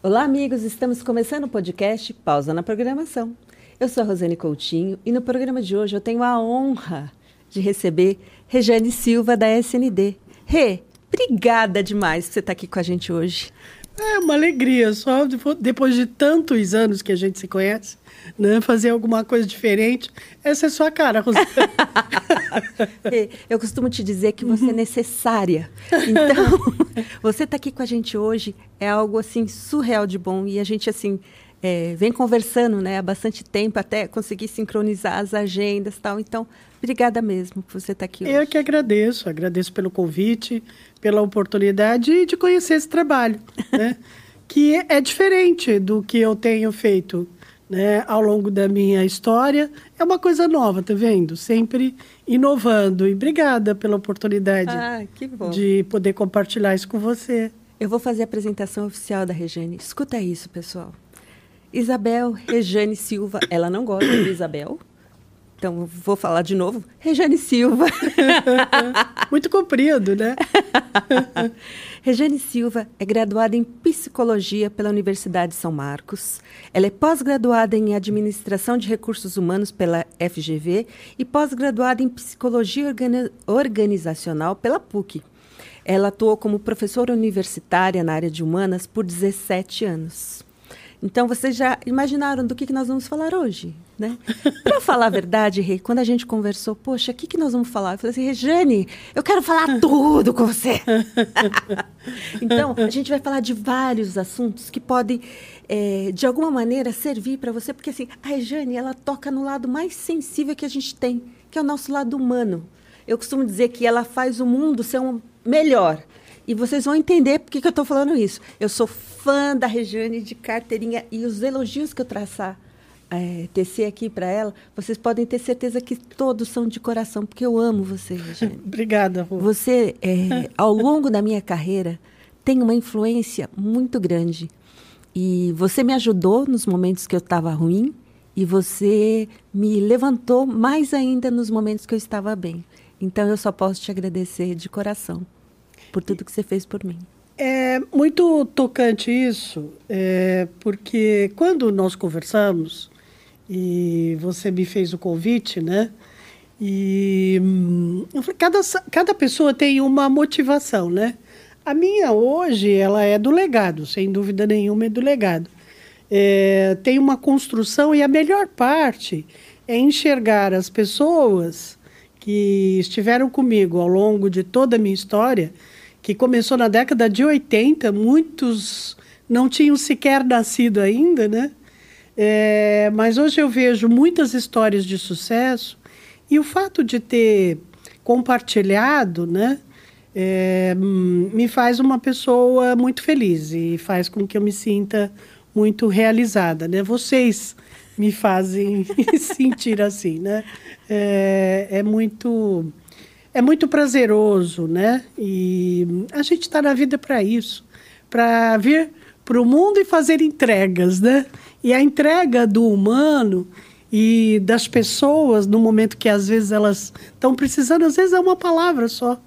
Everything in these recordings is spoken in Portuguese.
Olá, amigos! Estamos começando o podcast Pausa na Programação. Eu sou a Rosane Coutinho e no programa de hoje eu tenho a honra de receber Rejane Silva, da SND. Rê, obrigada demais por você estar aqui com a gente hoje. É uma alegria, só depois de tantos anos que a gente se conhece, né, fazer alguma coisa diferente. Essa é a sua cara, Rosane. Rê, eu costumo te dizer que você é necessária. Então, você estar aqui com a gente hoje é algo assim surreal de bom e a gente assim vem conversando, né, há bastante tempo até conseguir sincronizar as agendas e tal. Então, obrigada mesmo por você estar aqui hoje. Eu que agradeço pelo convite, pela oportunidade de conhecer esse trabalho, né, que é diferente do que eu tenho feito, né, ao longo da minha história. É uma coisa nova, tá vendo? Sempre inovando. E obrigada pela oportunidade que bom. De poder compartilhar isso com você. Eu vou fazer a apresentação oficial da Rejane. Escuta isso, pessoal. Isabel Rejane Silva. Ela não gosta de Isabel. Então, vou falar de novo. Rejane Silva. Muito comprido, né? Rejane Silva é graduada em Psicologia pela Universidade de São Marcos. Ela é pós-graduada em Administração de Recursos Humanos pela FGV e pós-graduada em Psicologia Organizacional pela PUC. Ela atuou como professora universitária na área de humanas por 17 anos. Então, vocês já imaginaram do que nós vamos falar hoje, né? Para falar a verdade, Rê, quando a gente conversou, poxa, o que nós vamos falar? Eu falei assim, Rejane, eu quero falar tudo com você. Então, a gente vai falar de vários assuntos que podem, de alguma maneira, servir para você, porque assim, a Rejane, ela toca no lado mais sensível que a gente tem, que é o nosso lado humano. Eu costumo dizer que ela faz o mundo ser melhor. E vocês vão entender por que eu estou falando isso. Eu sou fã da Rejane de carteirinha e os elogios que eu tecer aqui para ela, vocês podem ter certeza que todos são de coração, porque eu amo você, Rejane. Obrigada, Rô. Você, ao longo da minha carreira, tem uma influência muito grande. E você me ajudou nos momentos que eu estava ruim e você me levantou mais ainda nos momentos que eu estava bem. Então, eu só posso te agradecer de coração por tudo que você fez por mim. É muito tocante isso, porque quando nós conversamos e você me fez o convite, né? E eu falei, cada pessoa tem uma motivação, né? A minha hoje, ela é do legado, sem dúvida nenhuma é do legado. Tem uma construção e a melhor parte é enxergar as pessoas que estiveram comigo ao longo de toda a minha história, que começou na década de 80, muitos não tinham sequer nascido ainda, né? Mas hoje eu vejo muitas histórias de sucesso e o fato de ter compartilhado, né, me faz uma pessoa muito feliz e faz com que eu me sinta muito realizada, né? Vocês me fazem sentir assim, né? É muito prazeroso, né? E a gente está na vida para isso, para vir para o mundo e fazer entregas, né? E a entrega do humano e das pessoas, no momento que às vezes elas estão precisando, às vezes é uma palavra só.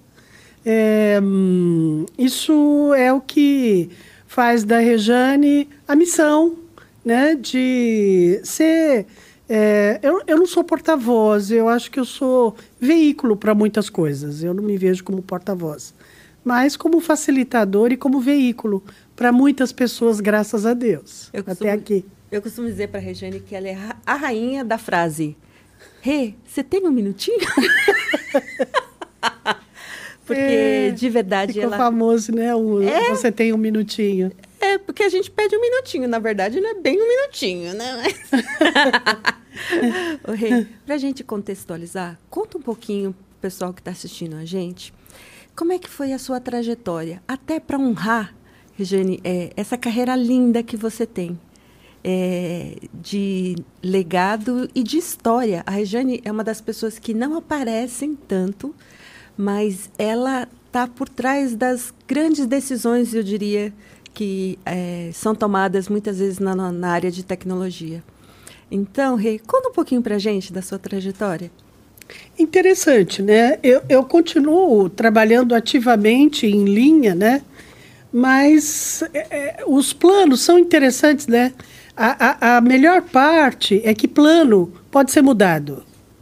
Isso é o que faz da Rejane a missão, né? De ser... eu não sou porta-voz, eu acho que eu sou veículo para muitas coisas. Eu não me vejo como porta-voz, mas como facilitador e como veículo para muitas pessoas, graças a Deus. Até aqui. Eu costumo dizer para a Rejane que ela é a rainha da frase. Rê, você tem um minutinho? Porque, de verdade, ficou famoso, né? Você tem um minutinho. Porque a gente pede um minutinho. Na verdade, não é bem um minutinho, né? Ô, Rê, para a gente contextualizar, conta um pouquinho para o pessoal que está assistindo a gente, como é que foi a sua trajetória, até para honrar, Rejane, essa carreira linda que você tem, de legado e de história. A Rejane é uma das pessoas que não aparecem tanto, mas ela está por trás das grandes decisões, eu diria, que são tomadas muitas vezes na área de tecnologia. Então, Rê, conta um pouquinho para a gente da sua trajetória. Interessante, né? Eu continuo trabalhando ativamente em linha, né? Mas os planos são interessantes, né? A melhor parte é que plano pode ser mudado.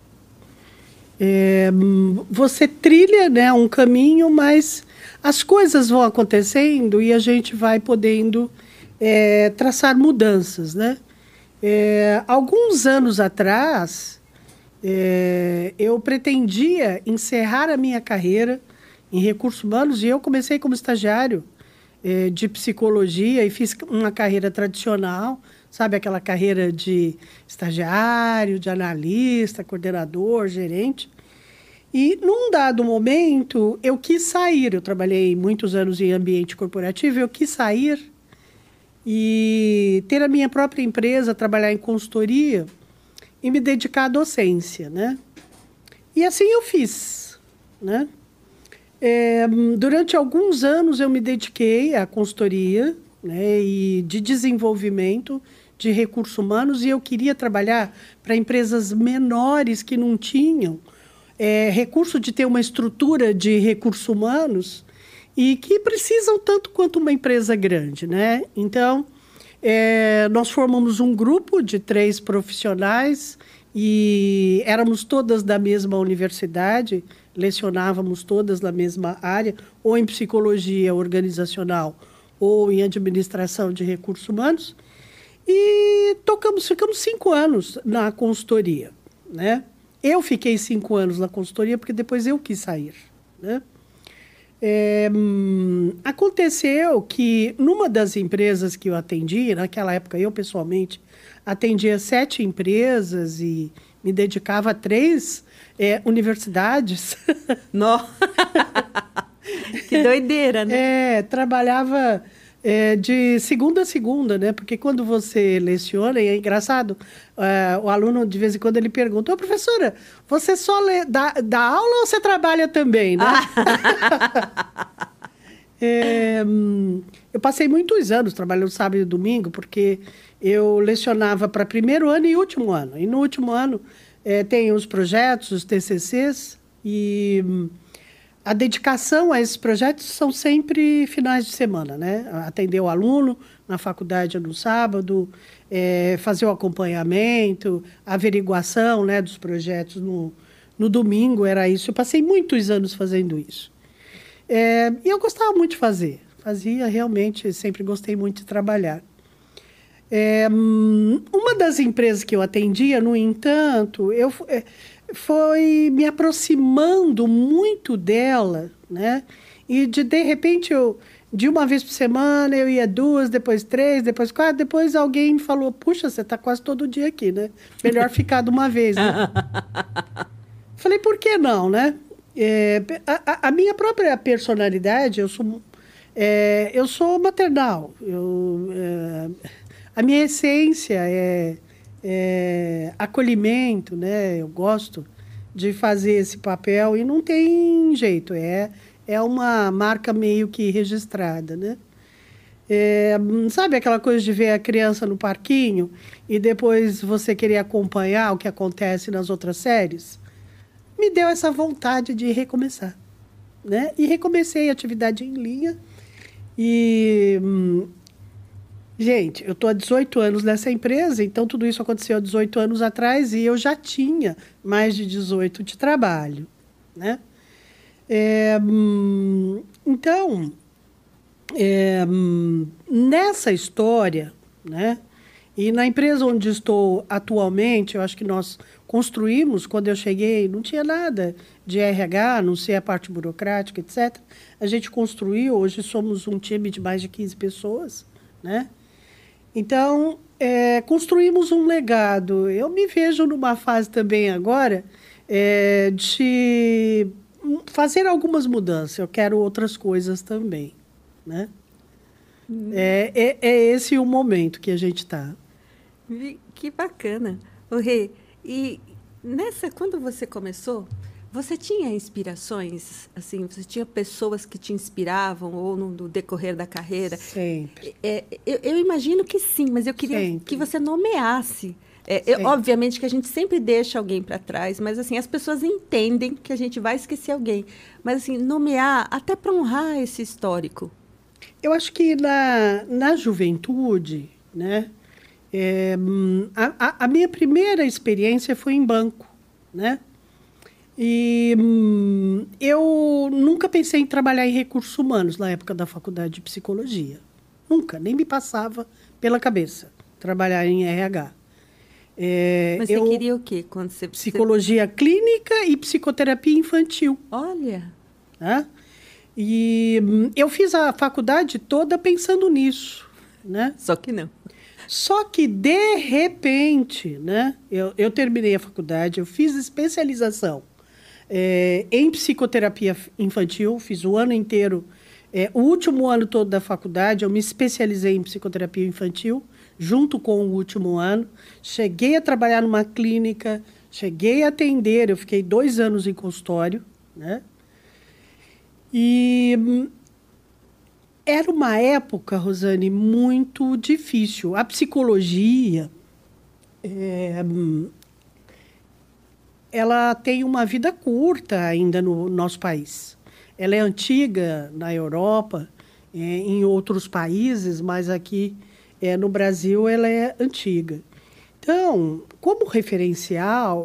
Você trilha, né, um caminho, mas as coisas vão acontecendo e a gente vai podendo traçar mudanças, né? Alguns anos atrás, eu pretendia encerrar a minha carreira em recursos humanos e eu comecei como estagiário de psicologia e fiz uma carreira tradicional, sabe, aquela carreira de estagiário, de analista, coordenador, gerente. E, num dado momento, eu quis sair. Eu trabalhei muitos anos em ambiente corporativo, eu quis sair e ter a minha própria empresa, trabalhar em consultoria e me dedicar à docência, né? E assim eu fiz, né? Durante alguns anos eu me dediquei à consultoria, né, e de desenvolvimento de recursos humanos e eu queria trabalhar para empresas menores que não tinham recurso de ter uma estrutura de recursos humanos e que precisam tanto quanto uma empresa grande, né? Então, nós formamos um grupo de 3 profissionais e éramos todas da mesma universidade, lecionávamos todas na mesma área, ou em psicologia organizacional ou em administração de recursos humanos, e ficamos 5 anos na consultoria, né? Eu fiquei 5 anos na consultoria porque depois eu quis sair, né? Aconteceu que numa das empresas que eu atendi, naquela época eu pessoalmente atendia 7 empresas e me dedicava a 3 universidades. Nossa! Que doideira, né? Trabalhava de segunda a segunda, né? Porque quando você leciona, e é engraçado, o aluno, de vez em quando, ele pergunta: professora, você só dá aula ou você trabalha também, né? Eu passei muitos anos trabalhando sábado e domingo, porque eu lecionava para primeiro ano e último ano. E no último ano tem os projetos, os TCCs, e a dedicação a esses projetos são sempre finais de semana, né? Atender o aluno na faculdade no sábado, fazer o acompanhamento, a averiguação, né, dos projetos no domingo, era isso. Eu passei muitos anos fazendo isso. E eu gostava muito de fazer. Fazia realmente, sempre gostei muito de trabalhar. Uma das empresas que eu atendia, no entanto, foi me aproximando muito dela, né? E de repente de uma vez por semana eu ia 2, depois 3, depois 4, depois alguém me falou: puxa, você está quase todo dia aqui, né? Melhor ficar de uma vez, né? Falei: por que não, né? A minha própria personalidade, eu sou maternal. A minha essência é acolhimento, né? Eu gosto de fazer esse papel e não tem jeito, é uma marca meio que registrada, né? Sabe aquela coisa de ver a criança no parquinho e depois você querer acompanhar o que acontece nas outras séries? Me deu essa vontade de recomeçar, né? E recomecei a atividade em linha e... Gente, eu estou há 18 anos nessa empresa, então tudo isso aconteceu há 18 anos atrás e eu já tinha mais de 18 de trabalho, né? Então, nessa história, né? E na empresa onde estou atualmente, eu acho que nós construímos, quando eu cheguei, não tinha nada de RH, a não ser a parte burocrática, etc. A gente construiu, hoje somos um time de mais de 15 pessoas, né? Então, construímos um legado. Eu me vejo numa fase também agora de fazer algumas mudanças. Eu quero outras coisas também, né? É esse o momento que a gente está. Que bacana. O Rê, e quando você começou, você tinha inspirações, assim, você tinha pessoas que te inspiravam ou no decorrer da carreira? Sempre. Eu imagino que sim, mas eu queria que você nomeasse. Obviamente que a gente sempre deixa alguém para trás, mas assim, as pessoas entendem que a gente vai esquecer alguém. Mas assim, nomear até para honrar esse histórico. Eu acho que na juventude, né, a minha primeira experiência foi em banco, né? E eu nunca pensei em trabalhar em recursos humanos na época da faculdade de psicologia. Nunca, nem me passava pela cabeça trabalhar em RH. Mas você queria o quê? Quando Psicologia clínica e psicoterapia infantil. Olha! Né? E eu fiz a faculdade toda pensando nisso, né? Só que não. Só que, de repente, né, eu terminei a faculdade, eu fiz especialização em psicoterapia infantil, fiz o ano inteiro, o último ano todo da faculdade, eu me especializei em psicoterapia infantil, junto com o último ano. Cheguei a trabalhar numa clínica, cheguei a atender, eu fiquei 2 anos em consultório, né? E era uma época, Rosane, muito difícil. A psicologia, ela tem uma vida curta ainda no nosso país. Ela é antiga na Europa, em outros países, mas aqui no Brasil ela é antiga. Então, como referencial,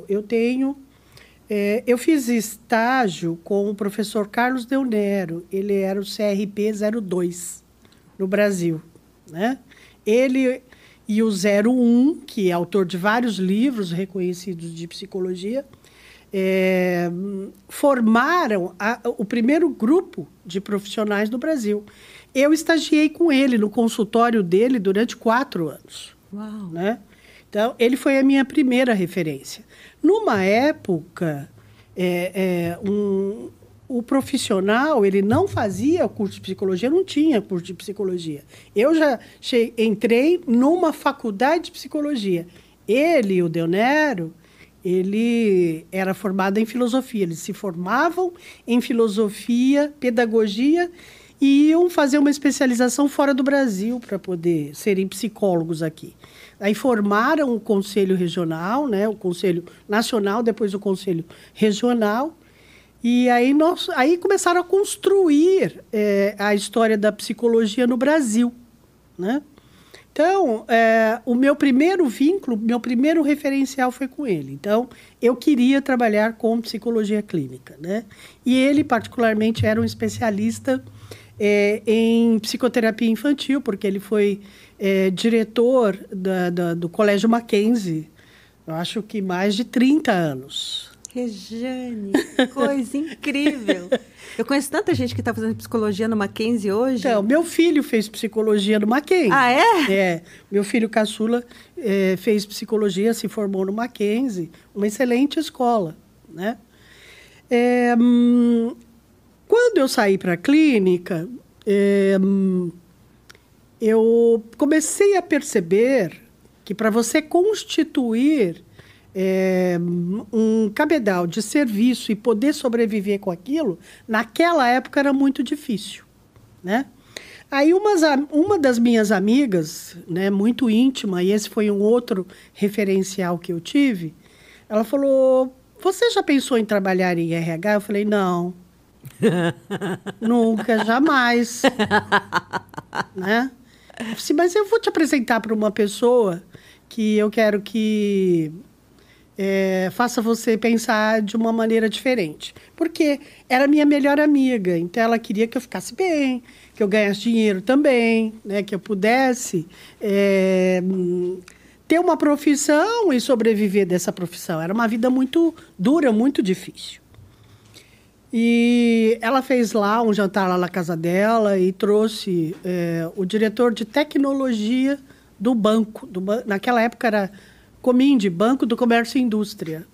eu fiz estágio com o professor Carlos Del Nero. Ele era o CRP 02 no Brasil, né? Ele e o 01, que é autor de vários livros reconhecidos de psicologia, formaram o primeiro grupo de profissionais do Brasil. Eu estagiei com ele no consultório dele durante 4 anos. Uau! Né? Então, ele foi a minha primeira referência. Numa época, o profissional ele não fazia curso de psicologia, não tinha curso de psicologia. Eu já entrei numa faculdade de psicologia. Ele, o Del Nero, ele era formado em filosofia. Eles se formavam em filosofia, pedagogia e iam fazer uma especialização fora do Brasil para poder serem psicólogos aqui. Aí formaram o Conselho Regional, né, o Conselho Nacional, depois o Conselho Regional, e aí começaram a construir a história da psicologia no Brasil, né? Então, o meu primeiro vínculo, meu primeiro referencial foi com ele. Então, eu queria trabalhar com psicologia clínica, né? E ele, particularmente, era um especialista em psicoterapia infantil, porque ele foi diretor do Colégio Mackenzie, eu acho que mais de 30 anos. Rejane, coisa incrível! Eu conheço tanta gente que está fazendo psicologia no Mackenzie hoje. Então, meu filho fez psicologia no Mackenzie. Ah, é? Meu filho caçula fez psicologia, se formou no Mackenzie, uma excelente escola, né? Quando eu saí para a clínica, eu comecei a perceber que para você constituir um cabedal de serviço e poder sobreviver com aquilo, naquela época era muito difícil, né? Aí uma das minhas amigas, né, muito íntima, e esse foi um outro referencial que eu tive, ela falou, você já pensou em trabalhar em RH? Eu falei, não. Nunca, jamais. Né? Eu disse, mas eu vou te apresentar para uma pessoa que eu quero que faça você pensar de uma maneira diferente. Porque era minha melhor amiga, então ela queria que eu ficasse bem, que eu ganhasse dinheiro também, né? Que eu pudesse ter uma profissão e sobreviver dessa profissão. Era uma vida muito dura, muito difícil. E ela fez lá um jantar lá na casa dela e trouxe o diretor de tecnologia do banco. Naquela época era Cominde, Banco do Comércio e Indústria.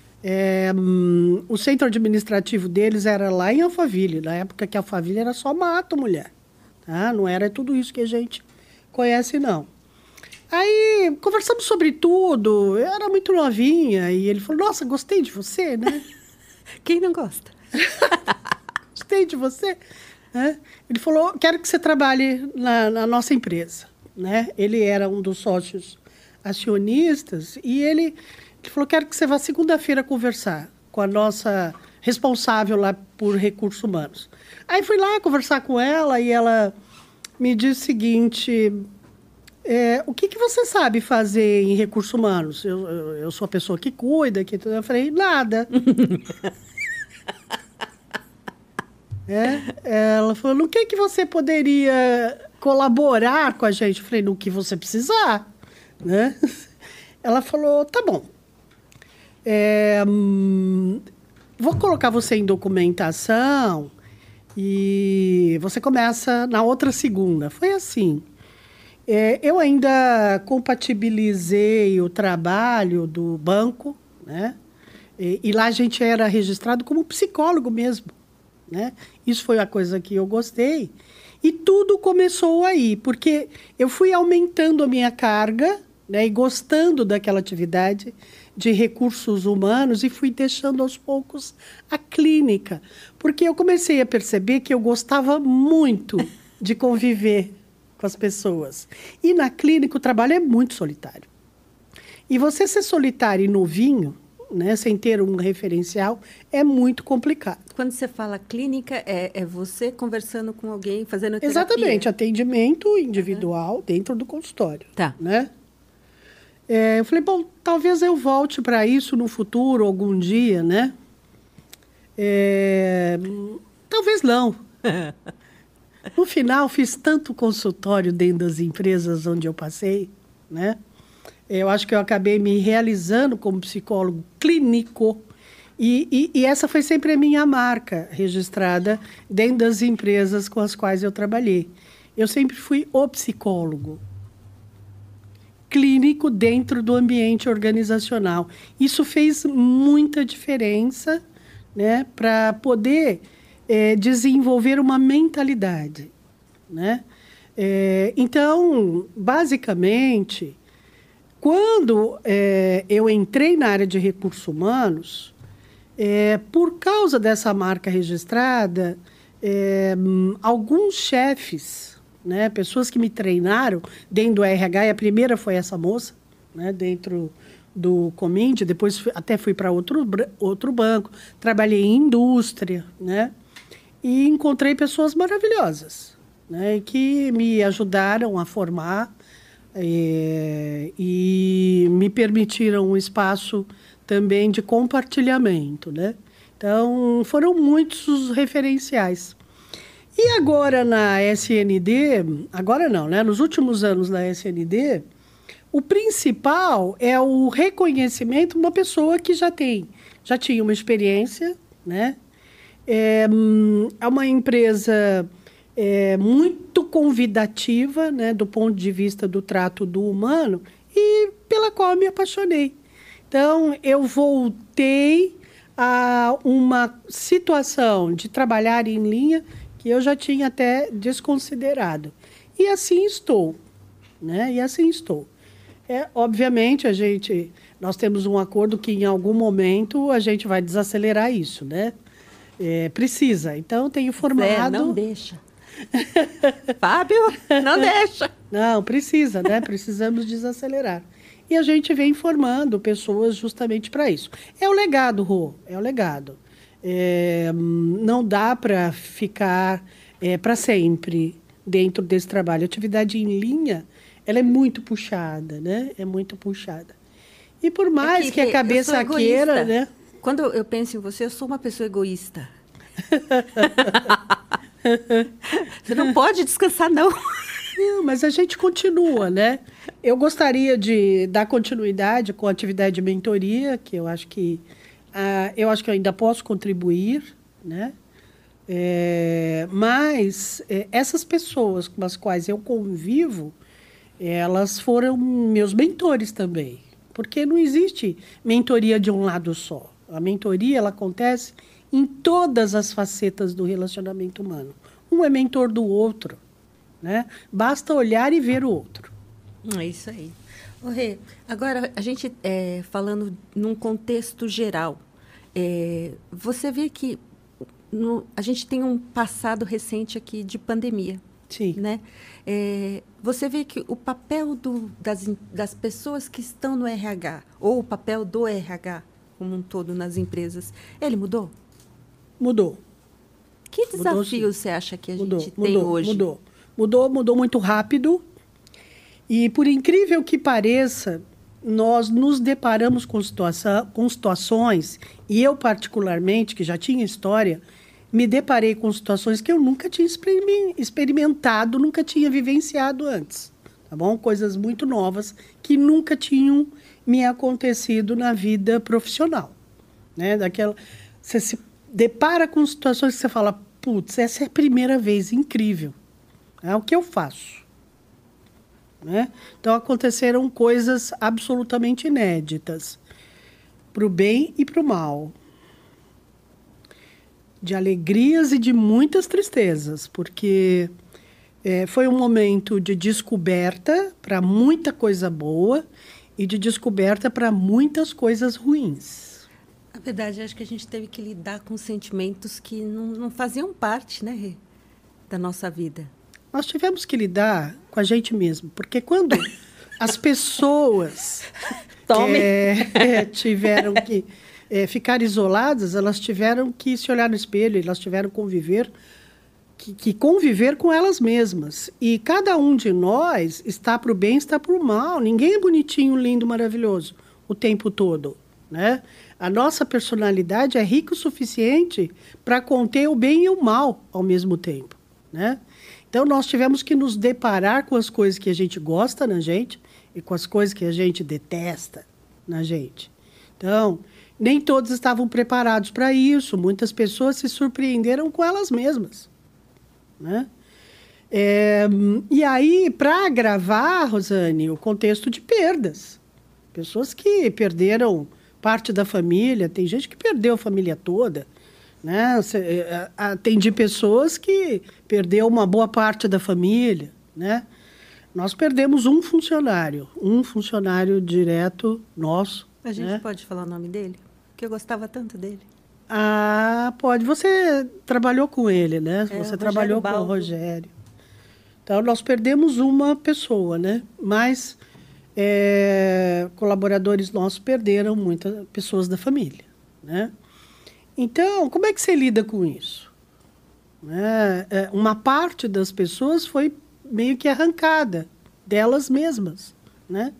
O centro administrativo deles era lá em Alphaville, na época que Alphaville era só mato, mulher. Tá? Não era tudo isso que a gente conhece, não. Aí conversamos sobre tudo, eu era muito novinha, e ele falou, nossa, gostei de você, né? Quem não gosta? Gostei de você. Ele falou, quero que você trabalhe na nossa empresa. Né? Ele era um dos sócios acionistas e ele falou, quero que você vá segunda-feira conversar com a nossa responsável lá por recursos humanos. Aí fui lá conversar com ela e ela me disse o seguinte: o que você sabe fazer em recursos humanos? Eu sou a pessoa que cuida, que tudo. Eu falei, nada. Ela falou, no que você poderia colaborar com a gente? Eu falei, no que você precisar, né? Ela falou, tá bom. Vou colocar você em documentação e você começa na outra segunda. Foi assim. Eu ainda compatibilizei o trabalho do banco, né? E lá a gente era registrado como psicólogo mesmo, né? Isso foi a coisa que eu gostei. E tudo começou aí, porque eu fui aumentando a minha carga, né? E gostando daquela atividade de recursos humanos e fui deixando aos poucos a clínica, porque eu comecei a perceber que eu gostava muito de conviver com as pessoas. E na clínica o trabalho é muito solitário. E você ser solitário e novinho, né, sem ter um referencial, é muito complicado. Quando você fala clínica, é você conversando com alguém, fazendo terapia? Exatamente, atendimento individual dentro do consultório. Tá. Né? Eu falei, bom, talvez eu volte para isso no futuro, algum dia, né? Talvez não. No final, fiz tanto consultório dentro das empresas onde eu passei, né? Eu acho que eu acabei me realizando como psicólogo clínico e essa foi sempre a minha marca registrada dentro das empresas com as quais eu trabalhei. Eu sempre fui o psicólogo clínico dentro do ambiente organizacional. Isso fez muita diferença, né, para poder desenvolver uma mentalidade, né? Então, basicamente, quando eu entrei na área de recursos humanos, por causa dessa marca registrada, alguns chefes, né, pessoas que me treinaram dentro do RH, e a primeira foi essa moça, né, dentro do Comind, depois até fui para outro banco, trabalhei em indústria, né, e encontrei pessoas maravilhosas, né, que me ajudaram a formar e me permitiram um espaço também de compartilhamento, né? Então, foram muitos os referenciais. E agora na SND, agora não, né? Nos últimos anos na SND, o principal é o reconhecimento de uma pessoa que já tinha uma experiência, né? É uma empresa muito convidativa, né, do ponto de vista do trato do humano e pela qual eu me apaixonei. Então, eu voltei a uma situação de trabalhar em linha que eu já tinha até desconsiderado. E assim estou, né? E assim estou. Obviamente, nós temos um acordo que em algum momento a gente vai desacelerar isso, né? Precisa. Então, tenho formado... não deixa. Fábio, não deixa. Não, precisa, né? Precisamos desacelerar. E a gente vem formando pessoas justamente para isso. É o legado, Rô, é o legado. Não dá para ficar para sempre dentro desse trabalho. A atividade em linha, ela é muito puxada, né? É muito puxada. E por mais que a cabeça queira, né? Quando eu penso em você, eu sou uma pessoa egoísta. Você não pode descansar, não. Não, mas a gente continua, né? Eu gostaria de dar continuidade com a atividade de mentoria, que eu acho que eu ainda posso contribuir, né? Mas essas pessoas com as quais eu convivo, elas foram meus mentores também. Porque não existe mentoria de um lado só. A mentoria, ela acontece em todas as facetas do relacionamento humano. Um é mentor do outro, né? Basta olhar e ver o outro. É isso aí. Rê, agora, a gente falando num contexto geral, você vê que a gente tem um passado recente aqui de pandemia. Sim. Né? Você vê que o papel das pessoas que estão no RH, ou o papel do RH como um todo nas empresas, ele mudou? Mudou. Que desafio você acha que a gente tem hoje? Mudou muito rápido. E, por incrível que pareça, nós nos deparamos com situações, e eu particularmente, que já tinha história, me deparei com situações que eu nunca tinha experimentado, nunca tinha vivenciado antes, tá bom? Coisas muito novas que nunca tinham me acontecido na vida profissional, né? Você se depara com situações que você fala, putz, essa é a primeira vez, incrível. É o que eu faço. Né? Então, aconteceram coisas absolutamente inéditas, para o bem e para o mal. De alegrias e de muitas tristezas, porque foi um momento de descoberta para muita coisa boa e de descoberta para muitas coisas ruins. Na verdade, acho que a gente teve que lidar com sentimentos que não faziam parte, né, Rê, da nossa vida. Nós tivemos que lidar com a gente mesmo, porque quando as pessoas tiveram que ficar isoladas, elas tiveram que se olhar no espelho, elas tiveram que conviver com elas mesmas. E cada um de nós está para o bem, está para o mal. Ninguém é bonitinho, lindo, maravilhoso o tempo todo, né? A nossa personalidade é rica o suficiente para conter o bem e o mal ao mesmo tempo, né? Então, nós tivemos que nos deparar com as coisas que a gente gosta na gente e com as coisas que a gente detesta na gente. Então, nem todos estavam preparados para isso. Muitas pessoas se surpreenderam com elas mesmas, né? E aí, para agravar, Rosane, o contexto de perdas. Pessoas que perderam parte da família, tem gente que perdeu a família toda, né? Atendi pessoas que perdeu uma boa parte da família, né? Nós perdemos um funcionário direto nosso. A gente pode falar o nome dele? Porque eu gostava tanto dele. Ah, pode. Você trabalhou com ele, né? Você trabalhou com o Rogério. Então, nós perdemos uma pessoa, né? Mas colaboradores nossos perderam muitas pessoas da família, né? Então, como é que você lida com isso? Uma parte das pessoas foi meio que arrancada delas mesmas, né?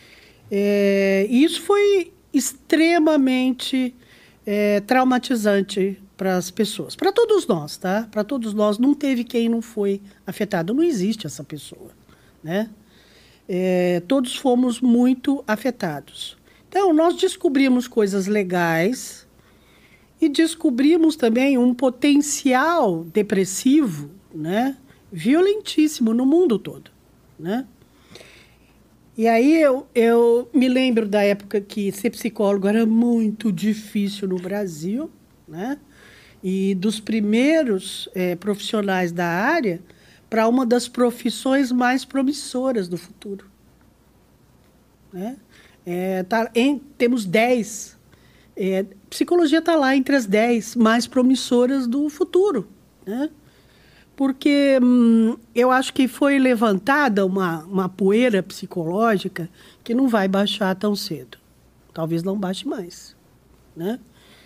E isso foi extremamente traumatizante para as pessoas. Para todos nós, tá? Para todos nós, não teve quem não foi afetado. Não existe essa pessoa, né? Todos fomos muito afetados. Então, nós descobrimos coisas legais e descobrimos também um potencial depressivo, né, violentíssimo no mundo todo, né? E aí eu me lembro da época que ser psicólogo era muito difícil no Brasil, né? E dos primeiros profissionais da área para uma das profissões mais promissoras do futuro, né? Temos 10. Psicologia está lá entre as 10 mais promissoras do futuro, né? Porque eu acho que foi levantada uma poeira psicológica que não vai baixar tão cedo. Talvez não baixe mais, né?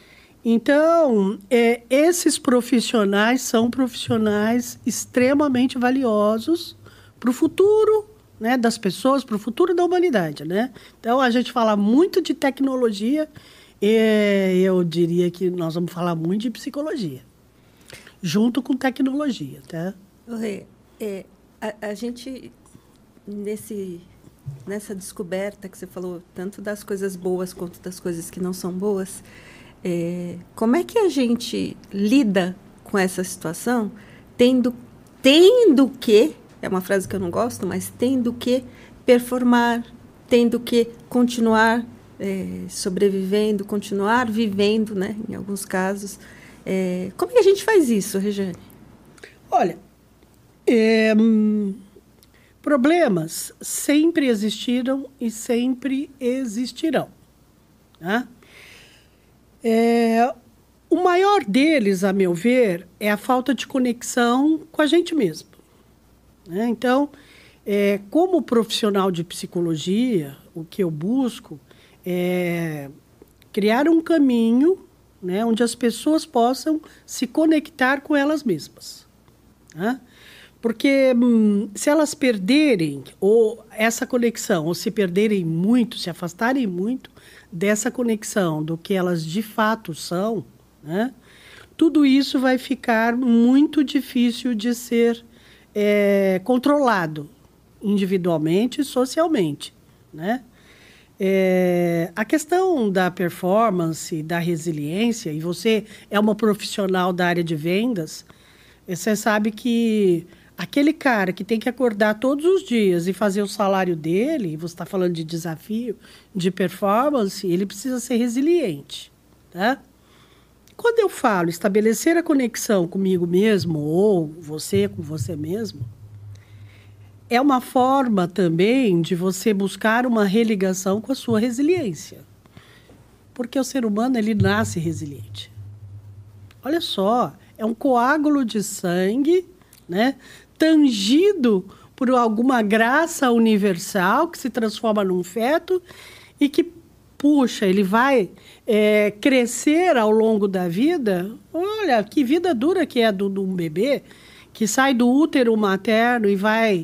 Então, esses profissionais são profissionais extremamente valiosos para o futuro, né, das pessoas, para o futuro da humanidade, né? Então, a gente fala muito de tecnologia e eu diria que nós vamos falar muito de psicologia, junto com tecnologia, tá? Rê, a gente, nessa descoberta que você falou, tanto das coisas boas quanto das coisas que não são boas, como é que a gente lida com essa situação, tendo que, é uma frase que eu não gosto, mas tendo que performar, tendo que continuar sobrevivendo, continuar vivendo, né, em alguns casos. Como é que a gente faz isso, Regiane? Olha, problemas sempre existiram e sempre existirão, né? O maior deles, a meu ver, é a falta de conexão com a gente mesmo, né? Então, como profissional de psicologia, o que eu busco é criar um caminho, né, onde as pessoas possam se conectar com elas mesmas, né? Porque se elas perderem ou essa conexão, ou se perderem muito, se afastarem muito dessa conexão do que elas de fato são, né? Tudo isso vai ficar muito difícil de ser controlado individualmente e socialmente, né? A questão da performance, da resiliência, e você é uma profissional da área de vendas, você sabe que aquele cara que tem que acordar todos os dias e fazer o salário dele, você está falando de desafio, de performance, ele precisa ser resiliente, tá? Quando eu falo estabelecer a conexão comigo mesmo, ou você com você mesmo, é uma forma também de você buscar uma religação com a sua resiliência. Porque o ser humano, ele nasce resiliente. Olha só, é um coágulo de sangue, né, tangido por alguma graça universal que se transforma num feto e que, puxa, ele vai crescer ao longo da vida. Olha, que vida dura que é de um bebê que sai do útero materno e vai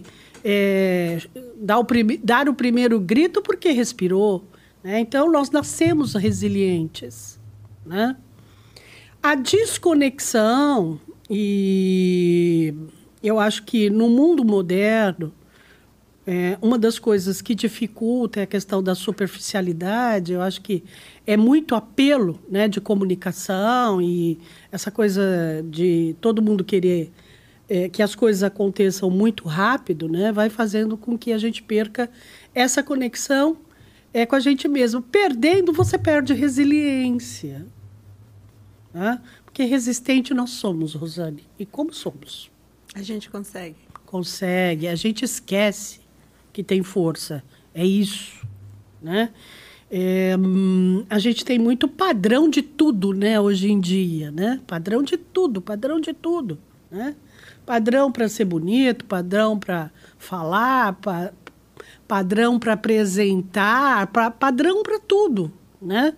dar o primeiro grito porque respirou, né? Então, nós nascemos resilientes, né? A desconexão, e eu acho que no mundo moderno, uma das coisas que dificulta é a questão da superficialidade. Eu acho que é muito apelo, né, de comunicação e essa coisa de todo mundo querer que as coisas aconteçam muito rápido, né, vai fazendo com que a gente perca essa conexão com a gente mesmo. Perdendo, você perde resiliência. Né? Porque resistente nós somos, Rosane. E como somos? A gente consegue. Consegue. A gente esquece que tem força. É isso, né? A gente tem muito padrão de tudo, né, hoje em dia, né? Padrão de tudo, né? Padrão para ser bonito, padrão para falar, padrão para apresentar, padrão para tudo, né?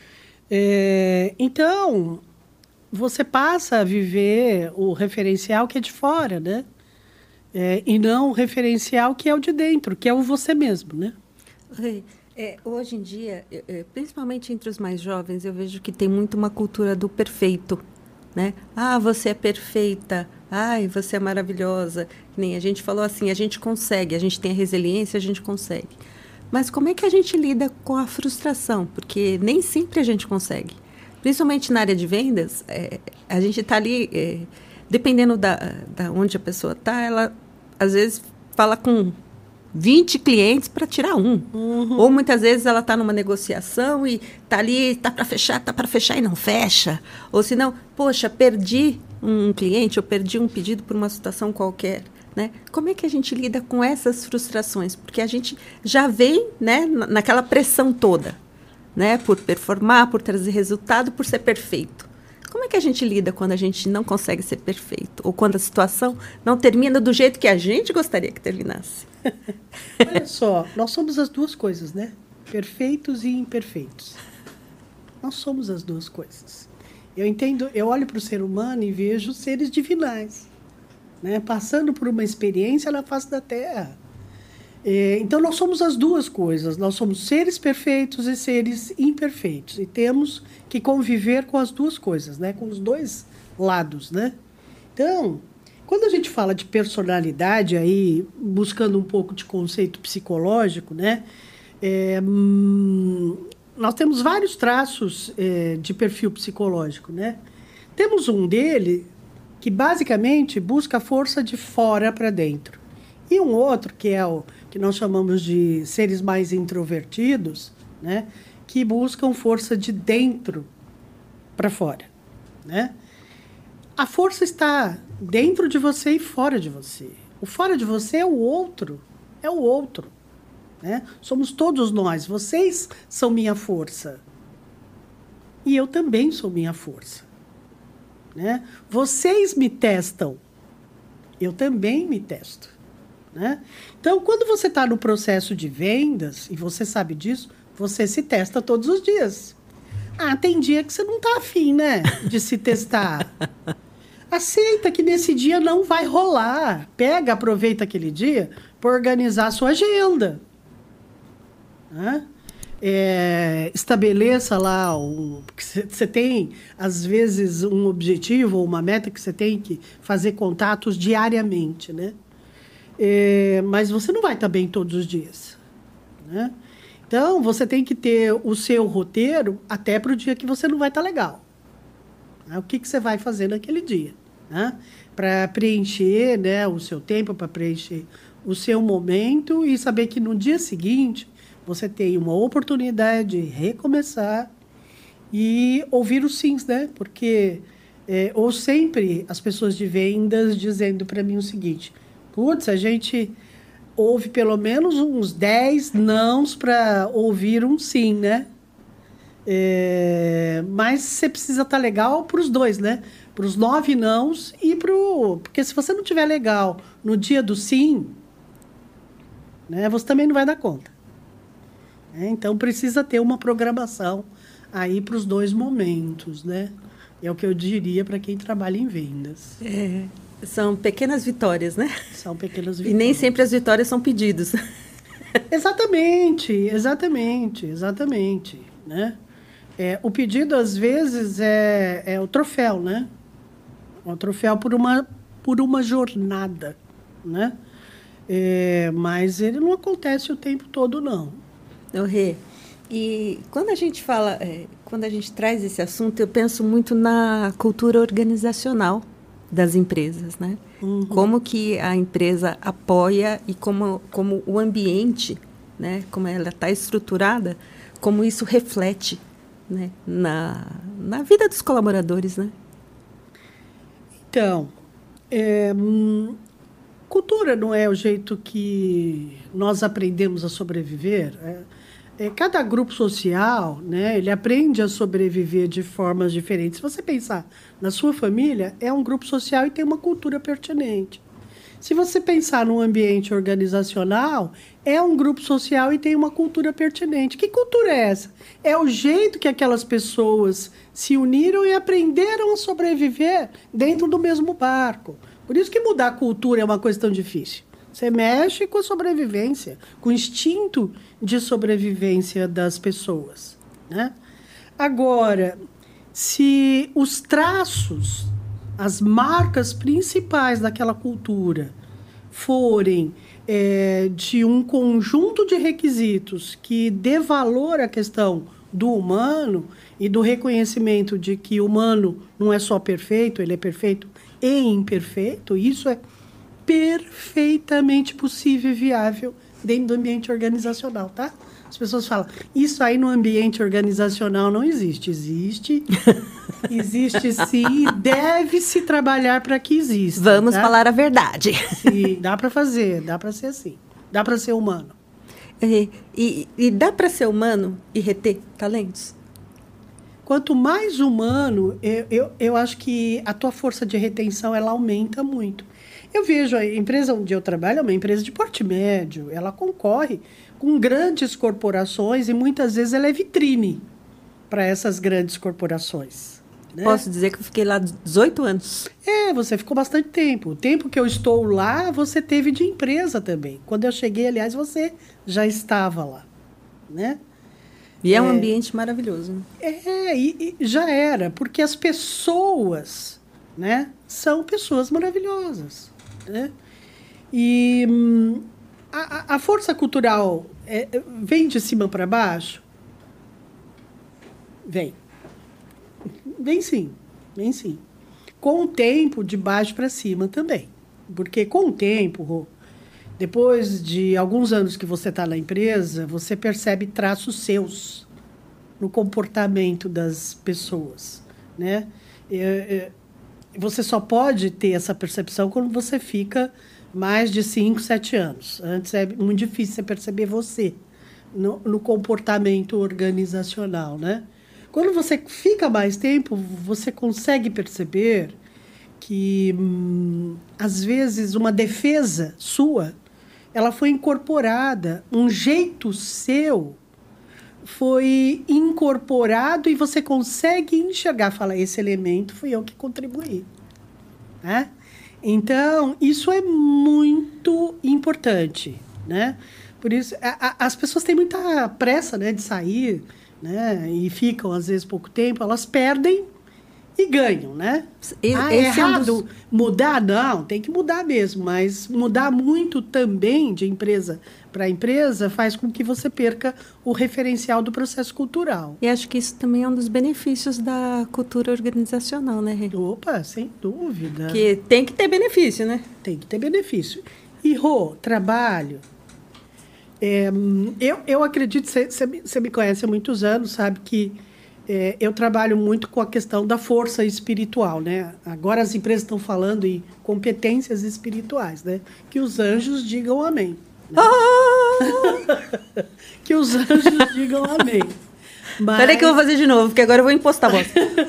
Então, você passa a viver o referencial que é de fora, né? E não o referencial que é o de dentro, que é o você mesmo, né? Hoje em dia, principalmente entre os mais jovens, eu vejo que tem muito uma cultura do perfeito, né? Ah, você é perfeita. Ai, você é maravilhosa. Que nem a gente falou assim, a gente consegue, a gente tem a resiliência, a gente consegue. Mas como é que a gente lida com a frustração? Porque nem sempre a gente consegue. Principalmente na área de vendas, a gente está ali, dependendo da onde a pessoa está, ela às vezes fala com 20 clientes para tirar um. Uhum. Ou muitas vezes ela está numa negociação e está ali, está para fechar e não fecha. Ou se não, poxa, perdi um cliente ou perdi um pedido por uma situação qualquer. Né? Como é que a gente lida com essas frustrações? Porque a gente já vem, né, naquela pressão toda, né, por performar, por trazer resultado, por ser perfeito. Como é que a gente lida quando a gente não consegue ser perfeito? Ou quando a situação não termina do jeito que a gente gostaria que terminasse? Olha só, nós somos as duas coisas, né? Perfeitos e imperfeitos. Nós somos as duas coisas. Eu entendo, eu olho para o ser humano e vejo seres divinais, né? Passando por uma experiência na face da Terra. Então, nós somos as duas coisas. Nós somos seres perfeitos e seres imperfeitos. E temos que conviver com as duas coisas, né? Com os dois lados, né? Então, quando a gente fala de personalidade, aí, buscando um pouco de conceito psicológico, né? Nós temos vários traços de perfil psicológico, né? Temos um dele que, basicamente, busca a força de fora para dentro. E um outro, que é o que nós chamamos de seres mais introvertidos, né? Que buscam força de dentro para fora, né? A força está dentro de você e fora de você. O fora de você é o outro, né? Somos todos nós. Vocês são minha força. E eu também sou minha força, né? Vocês me testam. Eu também me testo. Né? Então, quando você está no processo de vendas, e você sabe disso, você se testa todos os dias. Ah, tem dia que você não está afim, né, de se testar. Aceita que nesse dia não vai rolar. Aproveita aquele dia para organizar a sua agenda. Né? Estabeleça lá, você tem, às vezes, um objetivo ou uma meta que você tem que fazer contatos diariamente, né? Mas você não vai estar bem todos os dias. Né? Então, você tem que ter o seu roteiro até para o dia que você não vai estar legal. O que você vai fazer naquele dia? Né? Para preencher, né, o seu tempo, para preencher o seu momento e saber que no dia seguinte você tem uma oportunidade de recomeçar e ouvir os sims, né? Porque ou sempre as pessoas de vendas dizendo para mim o seguinte: putz, a gente ouve pelo menos uns 10 nãos para ouvir um sim, né? Mas você precisa estar legal para os dois, né? Para os 9 nãos e porque se você não estiver legal no dia do sim, né, você também não vai dar conta. Então, precisa ter uma programação aí para os 2 momentos, né? É o que eu diria para quem trabalha em vendas. São pequenas vitórias, né? São pequenas vitórias. E nem sempre as vitórias são pedidos. Exatamente. Né? O pedido, às vezes, é o troféu, né? O troféu por uma jornada, né? Mas ele não acontece o tempo todo, não. Rê, e quando a gente fala, quando a gente traz esse assunto, eu penso muito na cultura organizacional das empresas, né? Uhum. Como que a empresa apoia e como o ambiente, né? Como ela está estruturada, como isso reflete, né? na vida dos colaboradores, né? Então, cultura não é o jeito que nós aprendemos a sobreviver. Cada grupo social, né, ele aprende a sobreviver de formas diferentes. Se você pensar na sua família, é um grupo social e tem uma cultura pertinente. Se você pensar num ambiente organizacional, é um grupo social e tem uma cultura pertinente. Que cultura é essa? É o jeito que aquelas pessoas se uniram e aprenderam a sobreviver dentro do mesmo barco. Por isso que mudar a cultura é uma coisa tão difícil. Você mexe com a sobrevivência, com o instinto de sobrevivência das pessoas, né? Agora, se os traços, as marcas principais daquela cultura forem de um conjunto de requisitos que dê valor à questão do humano e do reconhecimento de que o humano não é só perfeito, ele é perfeito e imperfeito, isso é perfeitamente possível e viável dentro do ambiente organizacional, tá? As pessoas falam, isso aí no ambiente organizacional não existe. Existe sim, e deve-se trabalhar para que exista. Vamos falar a verdade. Sim, dá para fazer, dá para ser assim, dá para ser humano. E dá para ser humano e reter talentos? Quanto mais humano, eu acho que a tua força de retenção ela aumenta muito. Eu vejo a empresa onde eu trabalho é uma empresa de porte médio. Ela concorre com grandes corporações e muitas vezes ela é vitrine para essas grandes corporações. Né? Posso dizer que eu fiquei lá 18 anos. Você ficou bastante tempo. O tempo que eu estou lá, você teve de empresa também. Quando eu cheguei, aliás, você já estava lá. Né? E é um ambiente maravilhoso. E já era, porque as pessoas, né, são pessoas maravilhosas. Né? E a força cultural vem de cima para baixo? Vem sim. Com o tempo, de baixo para cima também. Porque com o tempo, depois de alguns anos que você está na empresa, você percebe traços seus no comportamento das pessoas. Né? Você só pode ter essa percepção quando você fica mais de 5, 7 anos. Antes é muito difícil você perceber você no comportamento organizacional, né? Quando você fica mais tempo, você consegue perceber que, às vezes, uma defesa sua, ela foi incorporada, um jeito seu foi incorporado e você consegue enxergar, falar, esse elemento fui eu que contribuí. né? Então, isso é muito importante, né? Por isso, as pessoas têm muita pressa, né, de sair, né? E ficam, às vezes, pouco tempo. Elas perdem e ganham, né? É errado mudar? Não, tem que mudar mesmo. Mas mudar muito também de empresa para empresa faz com que você perca o referencial do processo cultural. E acho que isso também é um dos benefícios da cultura organizacional, né, Rê? Opa, sem dúvida. Que tem que ter benefício, né? Tem que ter benefício. E, Rô, trabalho. Eu acredito, você me conhece há muitos anos, sabe que eu trabalho muito com a questão da força espiritual, né? Agora as empresas estão falando em competências espirituais, né? Que os anjos digam amém. Né? Que os anjos digam amém. Mas... Peraí que eu vou fazer de novo, porque agora eu vou impostar a voz.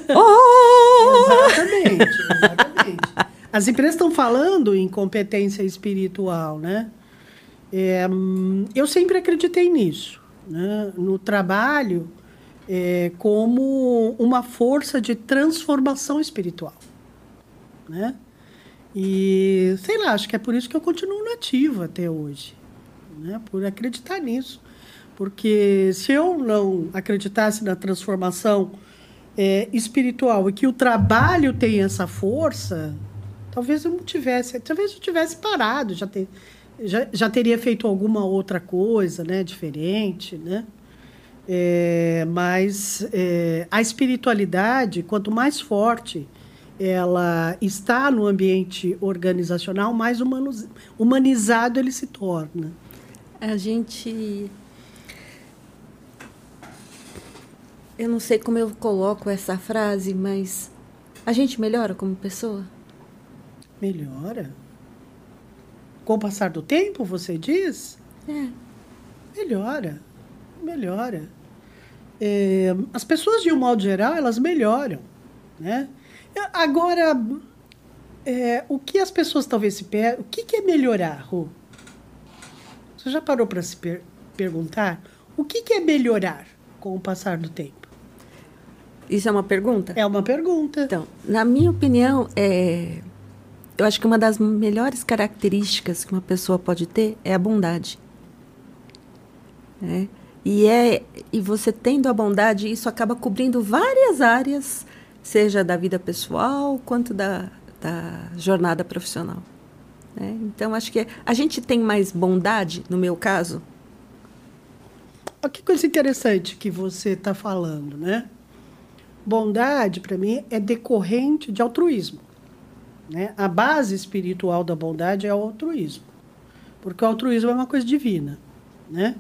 Exatamente. As empresas estão falando em competência espiritual, né? Eu sempre acreditei nisso, né? No trabalho como uma força de transformação espiritual, né? E, sei lá, acho que é por isso que eu continuo nativa até hoje, né? Por acreditar nisso. Porque se eu não acreditasse na transformação espiritual e que o trabalho tem essa força, talvez eu tivesse parado, já teria feito alguma outra coisa, né, diferente, né? Mas a espiritualidade, quanto mais forte ela está no ambiente organizacional, mais humanizado ele se torna. Eu não sei como eu coloco essa frase, mas a gente melhora como pessoa? Melhora? Com o passar do tempo, você diz? Melhora. As pessoas, de um modo geral, elas melhoram, né? Agora, o que as pessoas talvez se perguntam... O que é melhorar, Rô? Você já parou para se perguntar? O que é melhorar com o passar do tempo? Isso é uma pergunta? É uma pergunta. Então, na minha opinião, eu acho que uma das melhores características que uma pessoa pode ter é a bondade. Né? E você tendo a bondade, isso acaba cobrindo várias áreas, seja da vida pessoal, quanto da jornada profissional. Né? Então, acho que a gente tem mais bondade, no meu caso. Olha que coisa interessante que você está falando, né? Bondade, para mim, é decorrente de altruísmo. Né? A base espiritual da bondade é o altruísmo. Porque o altruísmo é uma coisa divina. Né?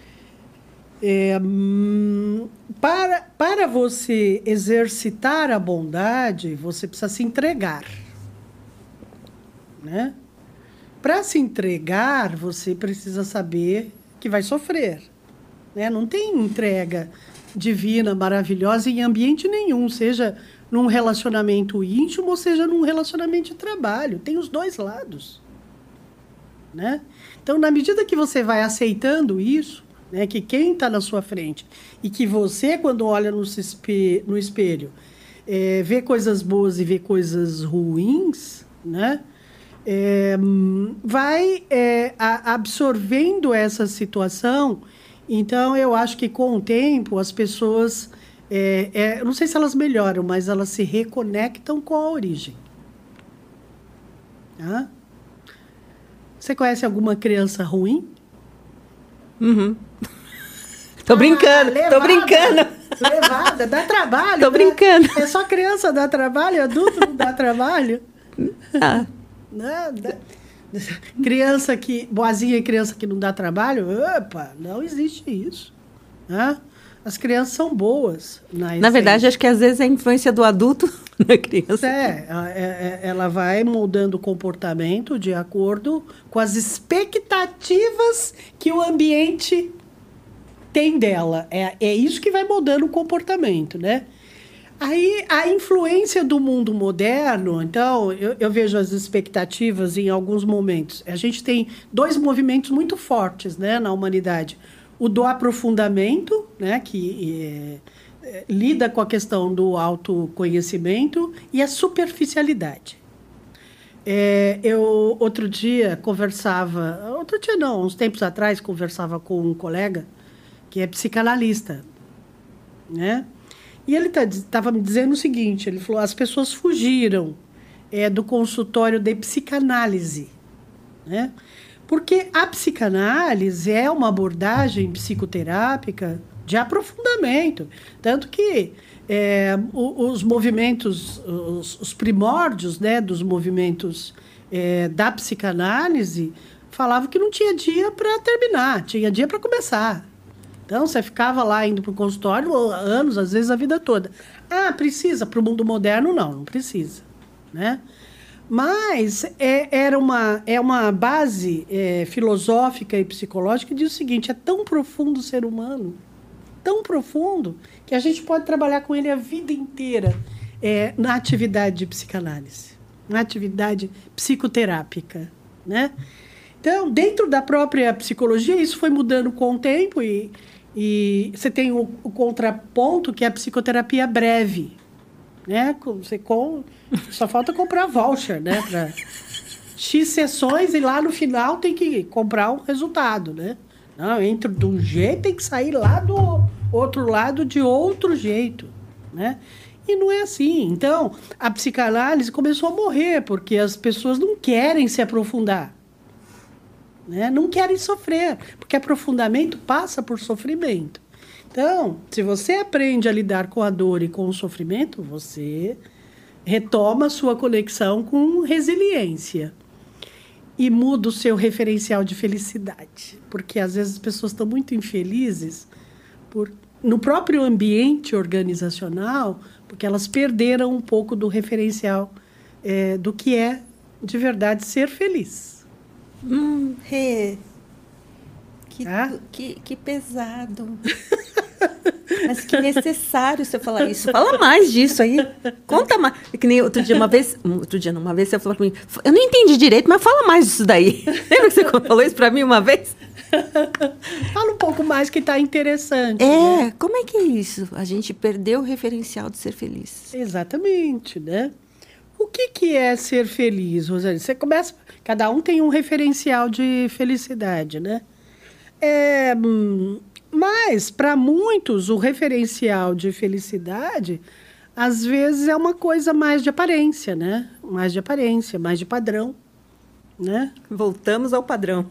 Para você exercitar a bondade, você precisa se entregar. Né? Para se entregar, você precisa saber que vai sofrer. Né? Não tem entrega divina, maravilhosa em ambiente nenhum, seja num relacionamento íntimo ou seja num relacionamento de trabalho. Tem os dois lados. Né? Então, na medida que você vai aceitando isso, né, que quem está na sua frente e que você, quando olha no espelho, vê coisas boas e vê coisas ruins, né, vai absorvendo essa situação. Então, eu acho que com o tempo as pessoas, não sei se elas melhoram, mas elas se reconectam com a origem. Tá? Você conhece alguma criança ruim? Uhum. Tô brincando. Levada, dá trabalho. Tô brincando. É só criança dá trabalho, adulto não dá trabalho? Nada. Criança boazinha e criança que não dá trabalho, opa, não existe isso. Né? As crianças são boas. Na verdade, acho que às vezes é a influência do adulto na criança. Ela vai moldando o comportamento de acordo com as expectativas que o ambiente tem dela. É isso que vai moldando o comportamento, né? Aí, a influência do mundo moderno, então, eu vejo as expectativas em alguns momentos. A gente tem dois movimentos muito fortes, né, na humanidade. O do aprofundamento, né, que lida com a questão do autoconhecimento, e a superficialidade. Eu, outro dia não, uns tempos atrás, conversava com um colega que é psicanalista, né? E ele estava me dizendo o seguinte, ele falou, as pessoas fugiram do consultório de psicanálise, né? Porque a psicanálise é uma abordagem psicoterápica de aprofundamento, tanto que os movimentos, os primórdios, né, dos movimentos da psicanálise falavam que não tinha dia para terminar, tinha dia para começar. Então, você ficava lá indo para o consultório anos, às vezes a vida toda. Ah, precisa? Para o mundo moderno, não precisa, né? Mas é uma base filosófica e psicológica que diz o seguinte, é tão profundo o ser humano, tão profundo, que a gente pode trabalhar com ele a vida inteira na atividade de psicanálise, na atividade psicoterápica, né? Então, dentro da própria psicologia, isso foi mudando com o tempo e você tem o contraponto, que é a psicoterapia breve, né? Só falta comprar voucher, né? Para X sessões e lá no final tem que comprar um resultado, né? Não, entra de um jeito, tem que sair lá do outro lado de outro jeito, né? E não é assim. Então, a psicanálise começou a morrer, porque as pessoas não querem se aprofundar, né? Não querem sofrer, porque aprofundamento passa por sofrimento. Então, se você aprende a lidar com a dor e com o sofrimento, você retoma a sua conexão com resiliência e muda o seu referencial de felicidade. Porque, às vezes, as pessoas estão muito infelizes no próprio ambiente organizacional, porque elas perderam um pouco do referencial do que é, de verdade, ser feliz. Que pesado. Mas que necessário você falar isso. Fala mais disso aí. Conta mais. Que nem uma vez você falou para mim, eu não entendi direito, mas fala mais disso daí. Lembra que você falou isso para mim uma vez? Fala um pouco mais que está interessante. Né? Como é que é isso? A gente perdeu o referencial de ser feliz. Exatamente, né? O que é ser feliz, Rosane? Cada um tem um referencial de felicidade, né? Mas, para muitos, o referencial de felicidade, às vezes, é uma coisa mais de aparência, né? Mais de aparência, mais de padrão, né? Voltamos ao padrão,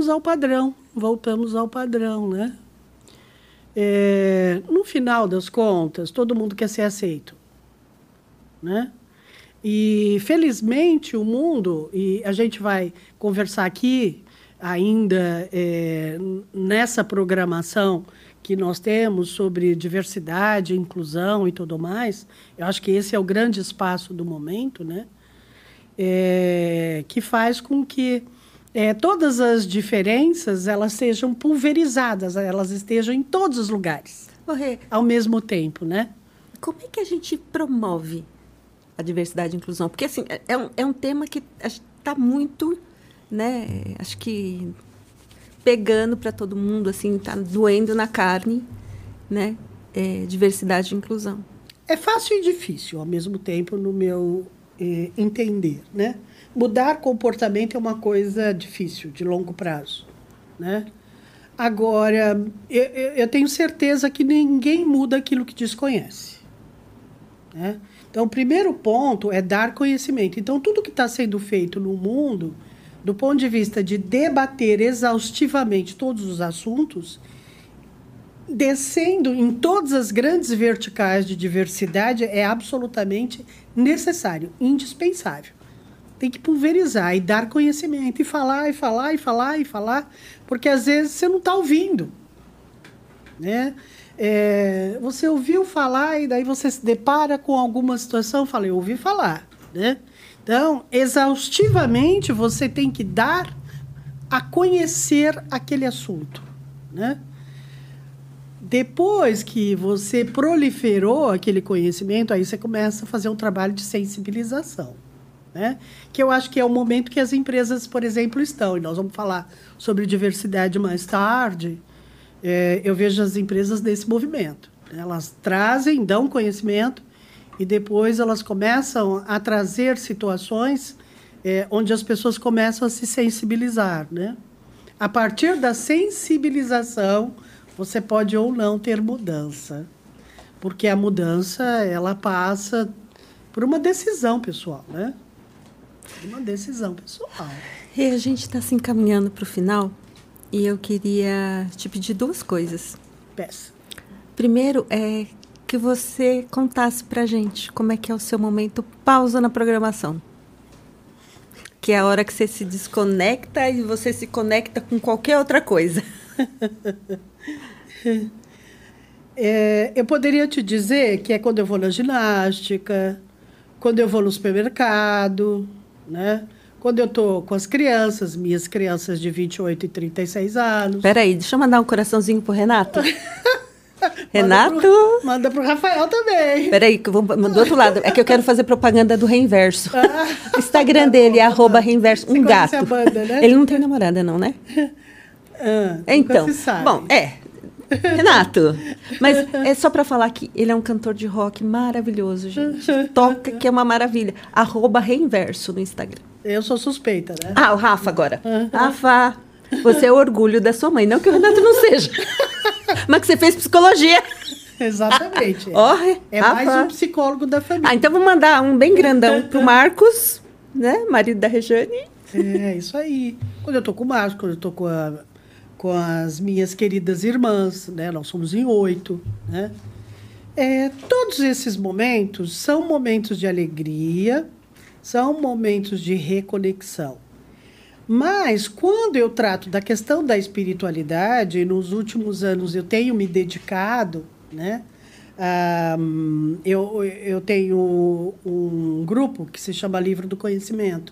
né? No final das contas, todo mundo quer ser aceito, né? E, felizmente, o mundo, e a gente vai conversar aqui ainda nessa programação que nós temos sobre diversidade, inclusão e tudo mais, eu acho que esse é o grande espaço do momento, né? Que faz com que todas as diferenças elas sejam pulverizadas, elas estejam em todos os lugares, ao mesmo tempo, né? Como é que a gente promove a diversidade e a inclusão? Porque assim, é um tema que está muito, né, acho que pegando para todo mundo, assim, está doendo na carne, né? Diversidade e inclusão. É fácil e difícil, ao mesmo tempo, no meu entender, né? Mudar comportamento é uma coisa difícil, de longo prazo, né? Agora, eu tenho certeza que ninguém muda aquilo que desconhece, né? Então, o primeiro ponto é dar conhecimento. Então, tudo que está sendo feito no mundo, do ponto de vista de debater exaustivamente todos os assuntos, descendo em todas as grandes verticais de diversidade, é absolutamente necessário, indispensável. Tem que pulverizar e dar conhecimento, e falar, porque às vezes você não está ouvindo, né? Você ouviu falar e daí você se depara com alguma situação, fala, eu ouvi falar, né? Então, exaustivamente, você tem que dar a conhecer aquele assunto, né? Depois que você proliferou aquele conhecimento, aí você começa a fazer um trabalho de sensibilização, né? Que eu acho que é o momento que as empresas, por exemplo, estão. E nós vamos falar sobre diversidade mais tarde. Eu vejo as empresas nesse movimento. Elas trazem, dão conhecimento, e depois elas começam a trazer situações onde as pessoas começam a se sensibilizar, né? A partir da sensibilização, você pode ou não ter mudança, porque a mudança ela passa por uma decisão pessoal, né? Uma decisão pessoal. E a gente está se encaminhando para o final e eu queria te pedir 2 coisas. Peça. Primeiro é que você contasse para a gente como é que é o seu momento pausa na programação. Que é a hora que você se desconecta e você se conecta com qualquer outra coisa. Eu poderia te dizer que é quando eu vou na ginástica, quando eu vou no supermercado, né? Quando eu estou com as crianças, minhas crianças de 28 e 36 anos. Espera aí, deixa eu mandar um coraçãozinho pro Renato. Renato? Manda pro Rafael também. Espera aí, que eu vou do outro lado. É que eu quero fazer propaganda do Reinverso. O Instagram dele é @Reinverso, um gato. A banda, né? Ele não tem namorada não, né? Então, se sabe. Bom, Renato, mas é só para falar que ele é um cantor de rock maravilhoso, gente. Toca que é uma maravilha. @Reinverso no Instagram. Eu sou suspeita, né? O Rafa agora. Rafa, você é o orgulho da sua mãe. Não que o Renato não seja, mas que você fez psicologia. Exatamente. Rafa. Mais um psicólogo da família. Então vou mandar um bem grandão pro Marcos, né? Marido da Rejane. Isso aí. Quando eu tô com o Marcos, quando eu tô com as minhas queridas irmãs, né? Nós somos em 8, né? Todos esses momentos são momentos de alegria, são momentos de reconexão. Mas, quando eu trato da questão da espiritualidade, nos últimos anos eu tenho me dedicado, né? Eu tenho um grupo que se chama Livro do Conhecimento.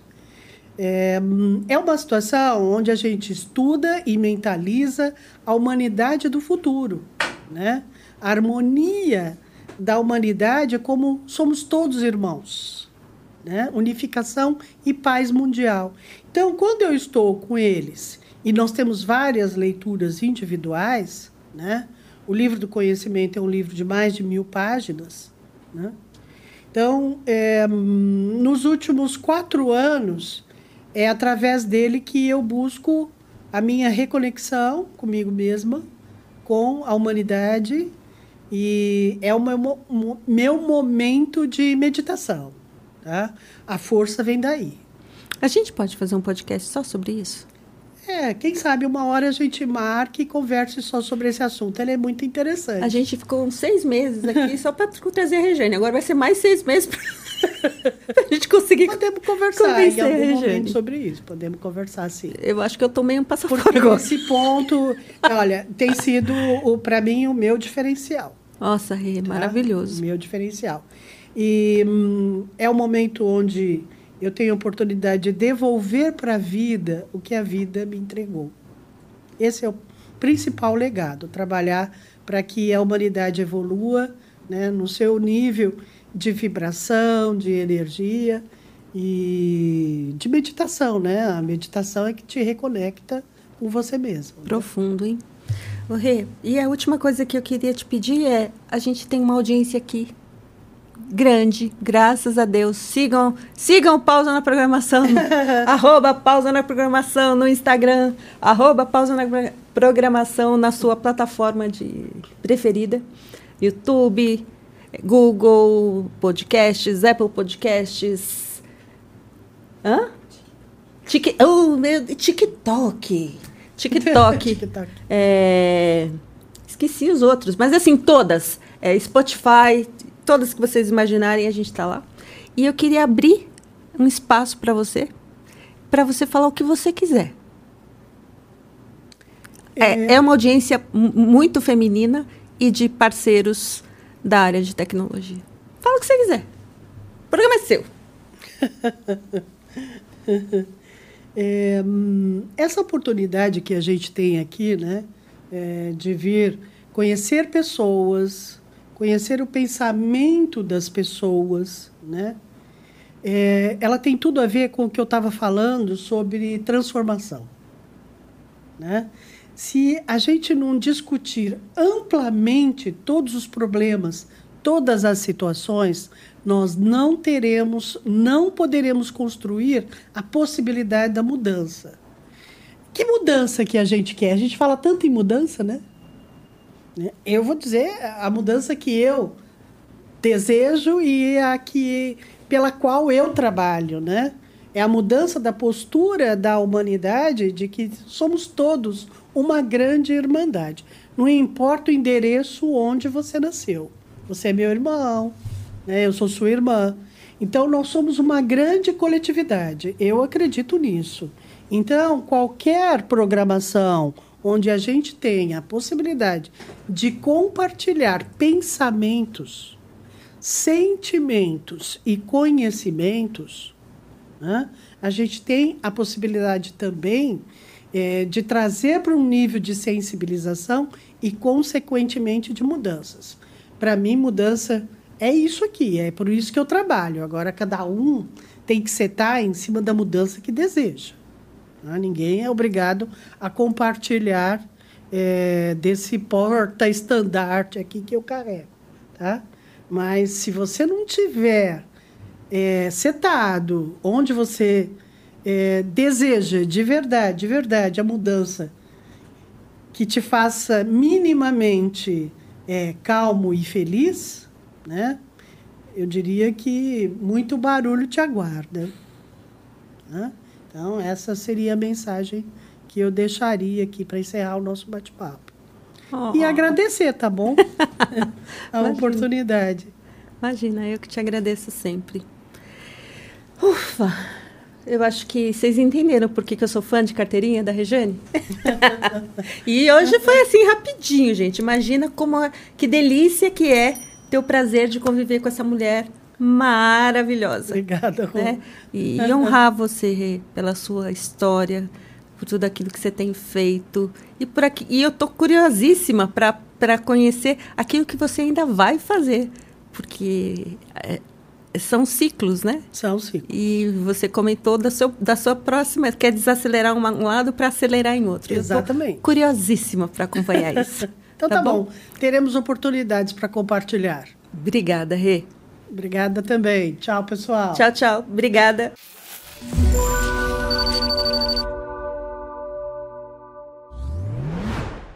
É uma situação onde a gente estuda e mentaliza a humanidade do futuro, né? A harmonia da humanidade como somos todos irmãos, né? Unificação e paz mundial. Então, quando eu estou com eles, e nós temos várias leituras individuais, né? O Livro do Conhecimento é um livro de mais de 1000 páginas, né? Então, nos últimos 4 anos, é através dele que eu busco a minha reconexão comigo mesma, com a humanidade, e é o meu momento de meditação. Tá? A força vem daí. A gente pode fazer um podcast só sobre isso? Quem sabe uma hora a gente marque e converse só sobre esse assunto. Ele é muito interessante. A gente ficou uns 6 meses aqui só para trazer a Rejane. Agora vai ser mais 6 meses para a gente conseguir. Podemos conversar em algum momento sobre isso. Podemos conversar, sim. Eu acho que eu tomei um passaporte. Porque esse ponto, olha, tem sido, para mim, o meu diferencial. Nossa, Rê, maravilhoso. O meu diferencial. E é um momento onde eu tenho a oportunidade de devolver para a vida o que a vida me entregou. Esse é o principal legado, trabalhar para que a humanidade evolua, né, no seu nível de vibração, de energia e de meditação, né? A meditação é que te reconecta com você mesmo. Profundo, hein? Rê, e a última coisa que eu queria te pedir é, a gente tem uma audiência aqui grande, graças a Deus. Sigam o Pausa na Programação, @Pausa na Programação no Instagram, @Pausa na Programação na sua plataforma preferida, YouTube, Google Podcasts, Apple Podcasts, TikTok. Esqueci os outros, mas assim, todas. Spotify, todas que vocês imaginarem, a gente está lá. E eu queria abrir um espaço para você falar o que você quiser. É uma audiência muito feminina e de parceiros da área de tecnologia. Fala o que você quiser. O programa é seu. Essa oportunidade que a gente tem aqui, né, de vir conhecer pessoas, conhecer o pensamento das pessoas, né, ela tem tudo a ver com o que eu estava falando sobre transformação, né? Se a gente não discutir amplamente todos os problemas, todas as situações, nós não poderemos construir a possibilidade da mudança. Que mudança que a gente quer? A gente fala tanto em mudança, né? Eu vou dizer a mudança que eu desejo e pela qual eu trabalho, né? É a mudança da postura da humanidade de que somos todos uma grande irmandade. Não importa o endereço onde você nasceu. Você é meu irmão, né? Eu sou sua irmã. Então, nós somos uma grande coletividade. Eu acredito nisso. Então, qualquer programação onde a gente tenha a possibilidade de compartilhar pensamentos, sentimentos e conhecimentos, né? A gente tem a possibilidade também de trazer para um nível de sensibilização e, consequentemente, de mudanças. Para mim, mudança é isso aqui, é por isso que eu trabalho. Agora, cada um tem que setar em cima da mudança que deseja. Ninguém é obrigado a compartilhar desse porta-estandarte aqui que eu carrego. Tá? Mas, se você não tiver setado onde você deseja de verdade, a mudança que te faça minimamente calmo e feliz, né? Eu diria que muito barulho te aguarda. Né? Então, essa seria a mensagem que eu deixaria aqui para encerrar o nosso bate-papo. E agradecer, tá bom? A oportunidade. Imagina, eu que te agradeço sempre. Ufa! Eu acho que vocês entenderam por que eu sou fã de carteirinha da Rejane. E hoje foi assim, rapidinho, gente. Imagina que delícia que é ter o prazer de conviver com essa mulher maravilhosa. Obrigada, Rô. Né? E honrar você, Rê, pela sua história, por tudo aquilo que você tem feito. E eu estou curiosíssima para conhecer aquilo que você ainda vai fazer. Porque são ciclos, né? São ciclos. E você comentou da sua próxima, quer desacelerar um lado para acelerar em outro. Exatamente. Curiosíssima para acompanhar isso. Então tá bom. Teremos oportunidades para compartilhar. Obrigada, Rê. Obrigada também. Tchau, pessoal. Tchau, tchau. Obrigada.